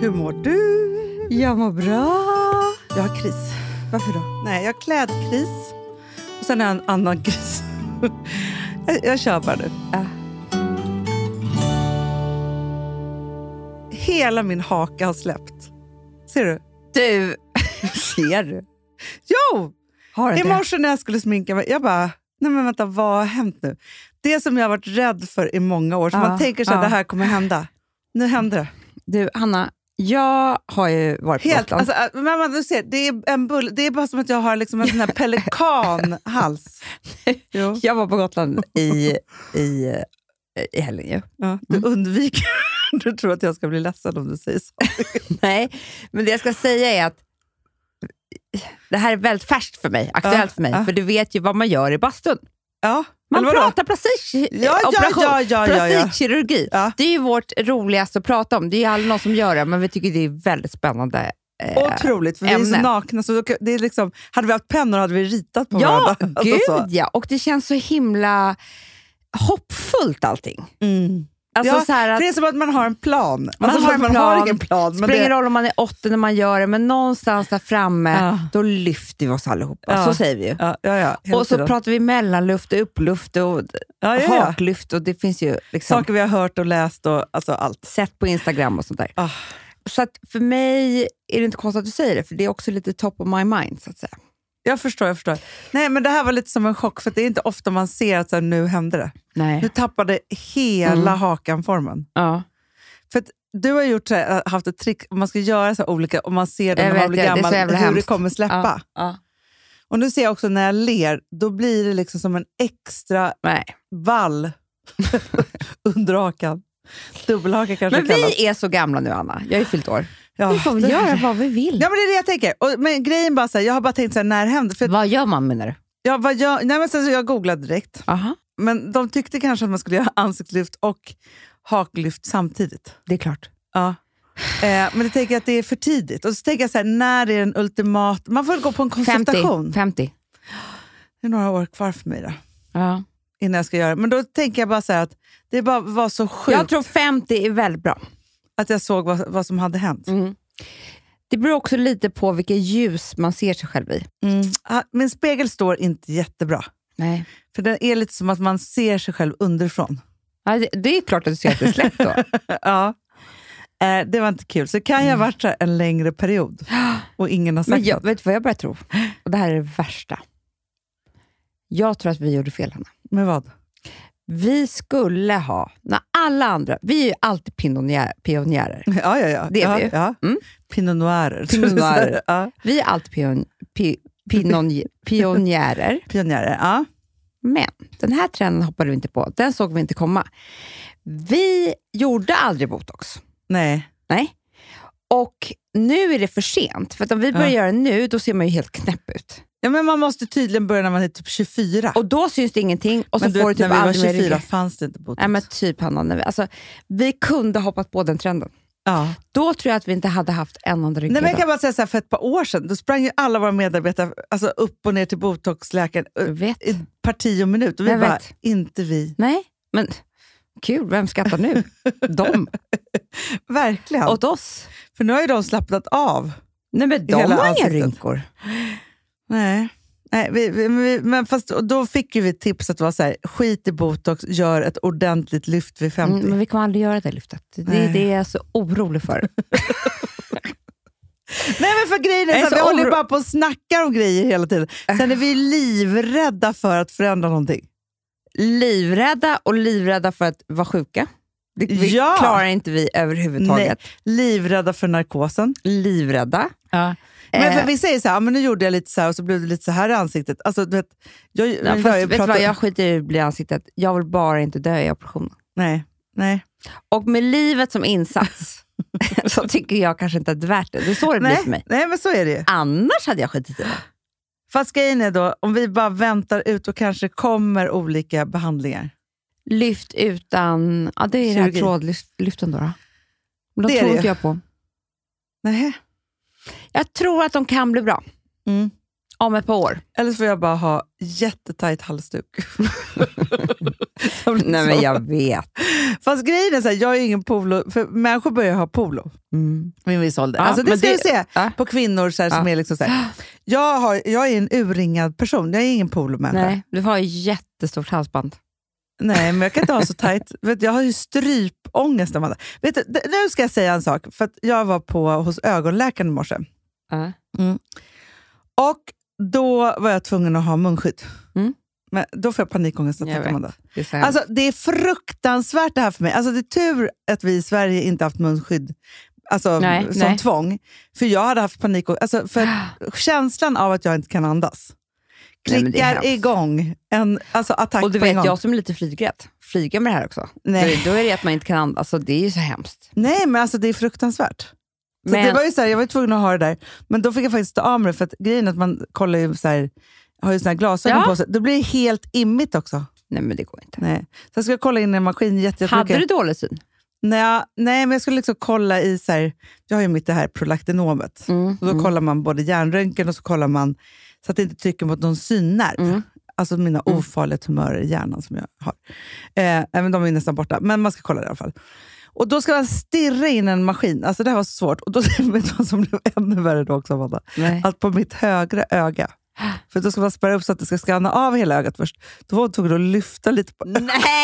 Hur mår du? Jag mår bra. Jag har kris. Varför då? Nej, jag har klädkris. Och sen har jag en annan kris. jag kör bara nu. Hela min haka har släppt. Ser du? Du, ser du? Jo! Har I morse när jag skulle sminka mig, jag bara, nej men vänta, vad har hänt nu? Det som jag har varit rädd för i många år, så man tänker så att det här kommer hända. Nu händer det. Du, Hanna, jag har ju varit på Gotland. Alltså, men du ser, det är en bull, det är bara som att jag har liksom en sån här pelikanhals. Jo. Jag var på Gotland i helgen ju. Ja, du undviker. Du tror att jag ska bli ledsen om du säger så. Nej, men det jag ska säga är att det här är väldigt färskt för mig, aktuellt för mig. För du vet ju vad man gör i bastun. Ja. Man pratar plastikkirurgi. Ja. Det är ju vårt roligaste att prata om. Det är ju aldrig någon som gör det, men vi tycker det är väldigt spännande. Otroligt, för vi är så nakna. Så det är liksom, hade vi haft pennor hade vi ritat på varandra. Ja, gud ja. Och det känns så himla hoppfullt allting. Alltså, ja, så här att det är som att man har en plan. Man har ingen plan. Det spelar ingen roll om man är 80 när man gör det, men någonstans där framme, då lyfter vi oss allihopa. Så säger vi ju. Ja, och så pratar vi mellanluft och uppluft och haklyft. Och det finns ju liksom saker vi har hört och läst och alltså allt. Sett på Instagram och sånt där. Så att för mig är det inte konstigt att du säger det, för det är också lite top of my mind, så att säga. Jag förstår. Nej, men det här var lite som en chock, för det är inte ofta man ser att så här, nu händer det. Nej. Nu tappade hela hakan formen. Ja. För att du har gjort så här, haft ett trick, om man ska göra så här olika, om man ser den när man blir gammal, hur hemskt. Det kommer släppa. Ja. Och nu ser jag också när jag ler, då blir det liksom som en extra vall under hakan. Dubbelhaka kanske men kallas. Vi är så gamla nu, Anna. Jag har ju fyllt år. Ja, vi får väl göra vad vi vill. Ja, men det är det jag tänker. Men grejen bara så här, jag har bara tänkt så här, när händer? För vad gör man, menar du? Ja, nej, men så jag googlade direkt. Aha. Men de tyckte kanske att man skulle göra ansiktslyft och haklyft samtidigt. Det är klart. Ja. Men jag tänker att det är för tidigt. Och så tänker jag så här, när är den ultimat? Man får gå på en konsultation. 50. Det är några år kvar för mig då. Ja. Innan jag ska göra det. Men då tänker jag bara så här att det bara var så sjukt. Jag tror 50 är väldigt bra. Att jag såg vad som hade hänt. Det beror också lite på vilka ljus man ser sig själv i. Min spegel står inte jättebra. Nej. För den är lite som att man ser sig själv underifrån. Ja, det är klart att du ser att det är släppt då. Ja. Det var inte kul. Så kan jag ha varit så en längre period. Och ingen har sagt men något. Vet du vad jag börjar tro? Och det här är det värsta. Jag tror att vi gjorde fel, Hanna. Med vad? Vi skulle ha, när alla andra, vi är ju alltid pionjärer. Ja. Det är vi ju. Ja. Pinot noirer. Ja. Vi är alltid pionjärer. Pionjärer, ja. Men den här trenden hoppade vi inte på. Den såg vi inte komma. Vi gjorde aldrig botox. Nej. Och nu är det för sent. För att om vi börjar göra nu, då ser man ju helt knäpp ut. Ja, men man måste tydligen börja när man är typ 24. Och då syns det ingenting. Och så men får du typ när vi var aldrig 24 fanns det inte botox. Nej, men typ, Hanna. Alltså, vi kunde hoppat på den trenden. Ja. Då tror jag att vi inte hade haft en enda rygg. Nej, men jag kan bara säga så här, för ett par år sedan, då sprang ju alla våra medarbetare alltså upp och ner till botoxläkaren i parti och minut. Och vi bara, inte vi. Nej, men kul, vem skrattar nu? De. Verkligen. Åt oss. För nu har ju de slappnat av. Nej, men de har inga rynkor. Nej, men fast då fick ju vi tips att vara så här, skit i botox, gör ett ordentligt lyft vid 50. Men vi kommer aldrig göra det lyftet. Det är jag så orolig för. Nej, men för grejen är så vi håller bara på och snackar om grejer hela tiden. Sen är vi livrädda för att förändra någonting. Livrädda för att vara sjuka. Vi klarar inte vi överhuvudtaget. Nej, livrädda för narkosen. Livrädda. Ja. Men för vi säger så här, men nu gjorde jag lite så här och så blev det lite så här i ansiktet. Alltså, du vet, vet du vad, jag skiter i att bli i ansiktet. Jag vill bara inte dö i operationen. Nej. Och med livet som insats så tycker jag kanske inte att det är värt det. Det är så det blir för mig. Nej, men så är det ju. Annars hade jag skitit i det. Fast grejen är då, om vi bara väntar ut och kanske kommer olika behandlingar. Lyft utan, ja det är det här trådlyften då. Men de tror inte jag på. Nej. Jag tror att de kan bli bra. Om ett par år. Eller så får jag bara ha jättetajt halsduk. Nej, men jag vet. Fast grejen är så här, jag är ingen polo. För människor börjar ha polo. Min viss ålder. Ja, alltså det ska du se på kvinnor så här, som är liksom så här. Jag är en urringad person. Jag är ingen polomänniska. Nej, du har ju jättestort halsband. Nej, men jag kan inte ha så tajt. Jag har ju strypångest. Vet du, nu ska jag säga en sak. För att jag var hos ögonläkaren i morse. Och då var jag tvungen att ha munskydd. Men då får jag panikångest. Alltså, det är fruktansvärt det här för mig. Alltså, det är tur att vi i Sverige inte haft munskydd. Alltså, som tvång. För jag hade haft panikångest. Alltså, för känslan av att jag inte kan andas. Klickar igång en attack. Och du vet, jag som är lite flygrädd. Flyga med det här också. Nej. Då är det att man inte kan andas. Alltså, det är ju så hemskt. Nej, men alltså det är fruktansvärt. Så det var ju så här, jag var tvungen att ha det där. Men då fick jag faktiskt ta av mig det. För att grejen är att man kollar ju så här, har ju såna här glasögon på sig. Då blir det helt immigt också. Nej, men det går inte. Nej. Så jag ska kolla in en maskin jättemycket. Hade du dålig syn? Nej, men jag skulle liksom kolla i så här, jag har ju mitt det här prolaktinomet. Och då kollar man både hjärnröntgen och så kollar man så att det inte trycker mot någon synnerv. Alltså mina ofarliga tumörer i hjärnan som jag har. Även de är nästan borta. Men man ska kolla det i alla fall. Och då ska man stirra in en maskin. Alltså det här var så svårt. Och då vet man vad som blev ännu värre då också. Att på mitt högra öga. För då ska man spärra upp så att det ska skanna av hela ögat först. Då var hon tvungen att lyfta lite på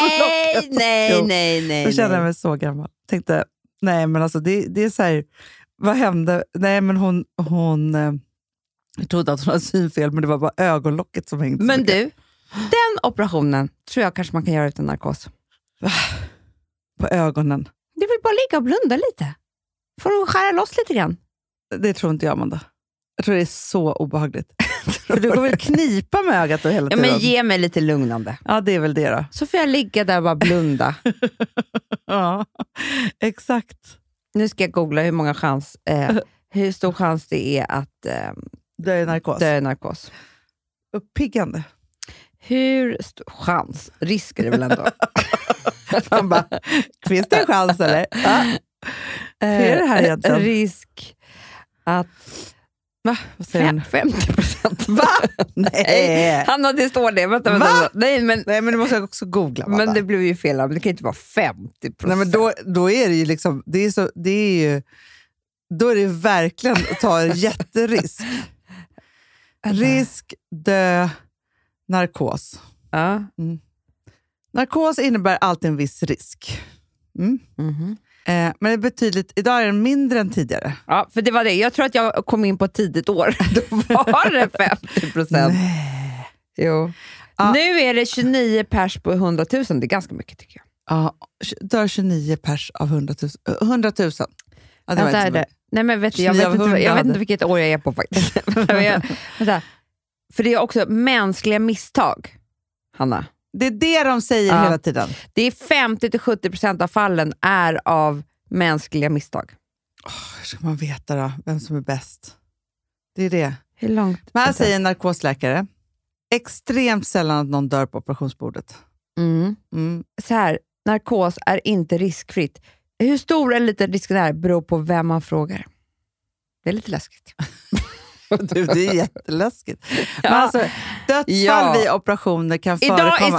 nej. Då kände jag mig så gammal. Tänkte, nej men alltså det är så här, vad hände? Nej men hon jag trodde att hon hade synfel, men det var bara ögonlocket som hängde. Men du, den operationen tror jag kanske man kan göra utan narkos. På ögonen. Du vill bara ligga och blunda lite. Får du skära loss lite grann? Det tror inte jag, Amanda. Jag tror det är så obehagligt. För du går väl knipa med ögat då hela tiden? Ja, men ge mig lite lugnande. Ja, det är väl det då. Så får jag ligga där och bara blunda. Ja, exakt. Nu ska jag googla hur stor chans det är att dö i narkos. Uppiggande. Hur stor chans? Risk är det väl ändå? Man bara, finns det en chans eller? Hur är det här egentligen? Risk att... Va? Vad säger 50%. Va? Nej. Hanna, det står det. Vänta. Nej, men du måste jag också googla. Men det blev ju fel. Men det kan inte vara 50%. Nej, men då är det ju liksom... Då är det verkligen att ta en jätterisk. Risk, dö, narkos. Ja. Narkos innebär alltid en viss risk. Men det är betydligt, idag är den mindre än tidigare. Ja, för det var det. Jag tror att jag kom in på ett tidigt år. Då var det 50%. Nej. Jo. Ja. Nu är det 29 pers på 100 000. Det är ganska mycket tycker jag. Ja, dör 29 pers av 100 000. 100 000. Ja, det var inte nej, men jag vet inte vilket år jag är på faktiskt. För det är också mänskliga misstag, Hanna. Det är det de säger hela tiden. Det är 50-70% av fallen är av mänskliga misstag. Hur ska man veta då? Vem som är bäst? Det är det. Hur långt? Men här säger en narkosläkare. Extremt sällan att någon dör på operationsbordet. Så här, narkos är inte riskfritt. Hur stor eller liten risken är beror på vem man frågar. Det är lite läskigt. Du, det är jätteläskigt. Men alltså, dödsfall vid operationer kan förekomma.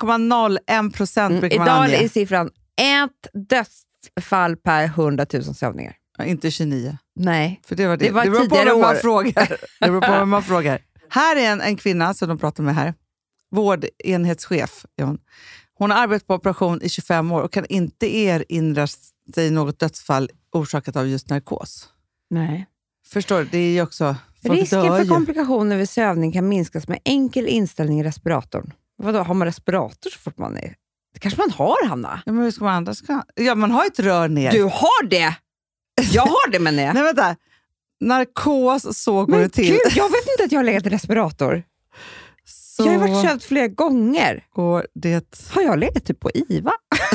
0,01% idag är siffran 1 dödsfall per 100 000 sövningar. Ja, inte 29. Nej. För det var det. Det var det beror på tidigare vem man år. frågar. Det beror på vem man frågar. Här är en kvinna som de pratar med här. Vårdenhetschef är hon. Hon har arbetat på operation i 25 år och kan inte erinra sig något dödsfall orsakat av just narkos. Nej. Förstår du? Det är ju också... Risken för komplikationer vid sövning kan minskas med enkel inställning i respiratorn. Vadå, har man respirator så fort man är... Det kanske man har, Hanna. Ja, men hur ska man annars... Ja, man har ett rör ner. Du har det! Jag har det, men nej, vänta. Narkos, så går det till. Gud, jag vet inte att jag har legat i respirator. Så jag har varit sövd flera gånger. Går det... Har jag legat typ på IVA?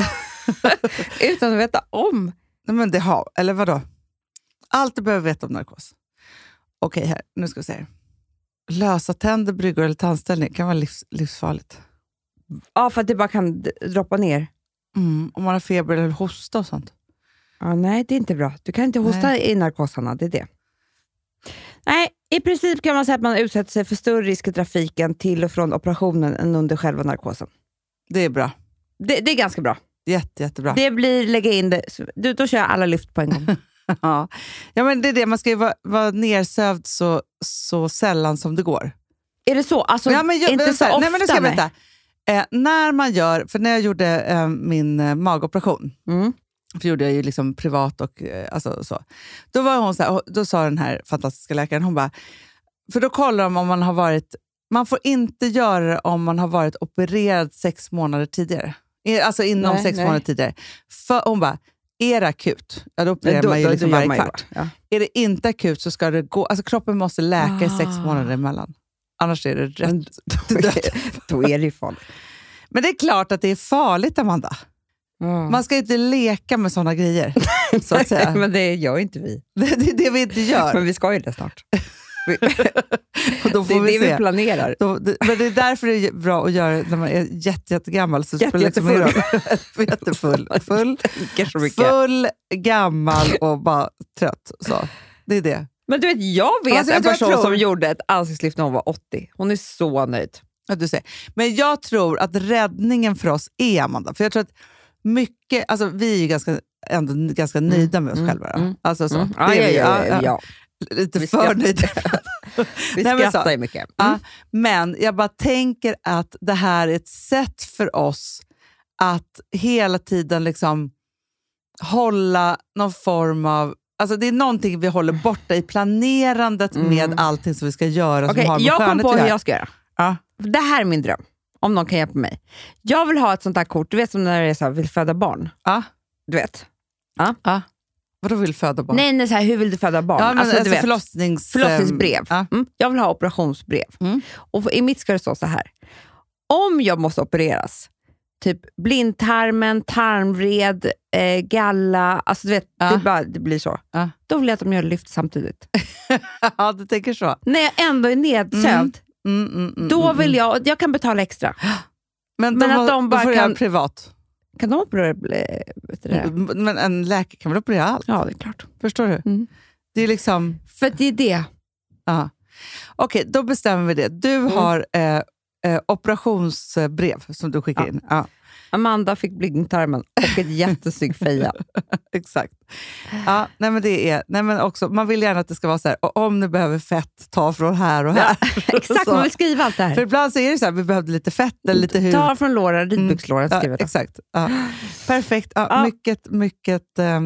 Utan att veta om. Nej, men det har... Eller vadå? Allt du behöver veta om narkos. Okej, här. Nu ska vi se. Lösa tänder, bryggor eller tandställning kan vara livsfarligt. Ja, för att det bara kan droppa ner. Om man har feber eller hosta och sånt. Ja, nej, det är inte bra. Du kan inte hosta i narkos, Hanna. Det är det. Nej, i princip kan man säga att man utsätter sig för större risk i trafiken till och från operationen än under själva narkosen. Det är bra. Det är ganska bra. Jättebra. Det blir, lägga in det, då kör jag alla lyft på en gång. Ja, men det är det. Man ska ju vara nersövd så sällan som det går. Är det så? Alltså, inte så ofta. Nej, men det ska jag berätta. När man gör, för när jag gjorde min magoperation, för gjorde jag ju liksom privat och alltså så. Då var hon så här, då sa den här fantastiska läkaren, hon bara, för då kollar de om man har varit, man får inte göra det om man har varit opererad 6 månader tidigare. Alltså inom 6 månader tidigare. För hon bara, är det akut? Ja, då opererar man ju liksom varje kvart. Ja. Är det inte akut så ska det gå, alltså kroppen måste läka i 6 månader emellan. Annars är det rätt. Då är det ju farligt. Men det är klart att det är farligt, Amanda. Man ska inte leka med såna grejer. Så att säga. Men det gör inte vi. Det är det vi inte gör. Men vi ska ju det snart. Då får det är det vi planerar. Men det är därför det är bra att göra när man är jättegammal. Så jättefull. Full, gammal och bara trött. Så. Det är det. Men du vet, jag vet en person som gjorde ett ansiktslyft när hon var 80. Hon är så nöjd. Ja, du ser. Men jag tror att räddningen för oss är, Amanda. För jag tror att mycket, alltså vi är ju ganska nöjda med oss själva. Alltså så. Ja. Lite för nöjda. Vi skrattar ju mycket. Men jag bara tänker att det här är ett sätt för oss att hela tiden liksom hålla någon form av, alltså det är någonting vi håller borta i planerandet med allting som vi ska göra. Okej, jag kom på hur jag ska göra. Det här är min dröm. Om någon kan hjälpa mig. Jag vill ha ett sånt här kort. Du vet som när det är så här, vill föda barn. Du vet. Vadå vill föda barn? Nej, så här, hur vill du föda barn? Ja, men alltså du vet, förlossningsbrev. Jag vill ha operationsbrev. Och i mitt ska det stå så här. Om jag måste opereras, typ blindtarmen, tarmvred, galla, alltså du vet, det blir så. Då vill jag att de gör lyft samtidigt. Ja, du tänker så. När jag ändå är nedsövd, då vill jag kan betala extra. Men att de bara får göra privat. Kan de operera det? Men en läkare kan väl operera allt? Ja, det är klart. Förstår du? Det är liksom... För det är det. Okej, då bestämmer vi det. Du har operationsbrev som du skickar in. Amanda fick blindtarmen och ett jättesnygg feja. Exakt. Nej men det är, nej men också, man vill gärna att det ska vara så här, och om ni behöver fett, ta från här och här. Exakt, man vill skriva allt det här. För ibland så är det så här, vi behövde lite fett eller lite hud. Ta från låren, ritbyxlåren, skriva det. Exakt. Perfekt. Mycket.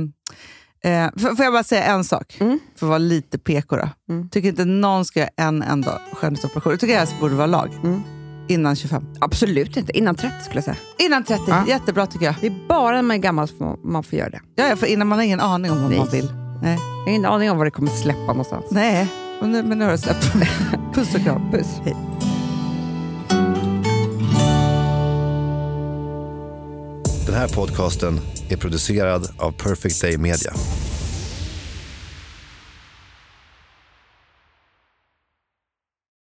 Får jag bara säga en sak? För att vara lite PK då. Tycker inte någon ska göra en enda skönhetsoperation. Jag tycker det borde vara lag. Innan 25. Absolut inte. Innan 30 skulle jag säga. Innan 30. Jättebra tycker jag. Det är bara när man är gammal som man får göra det. Ja, för innan man har ingen aning om vad man vill. Nej. Jag har ingen aning om vad det kommer släppa någonstans. Nej, men nu har det släppt. Puss och kram. Puss. Hej. Den här podcasten är producerad av Perfect Day Media.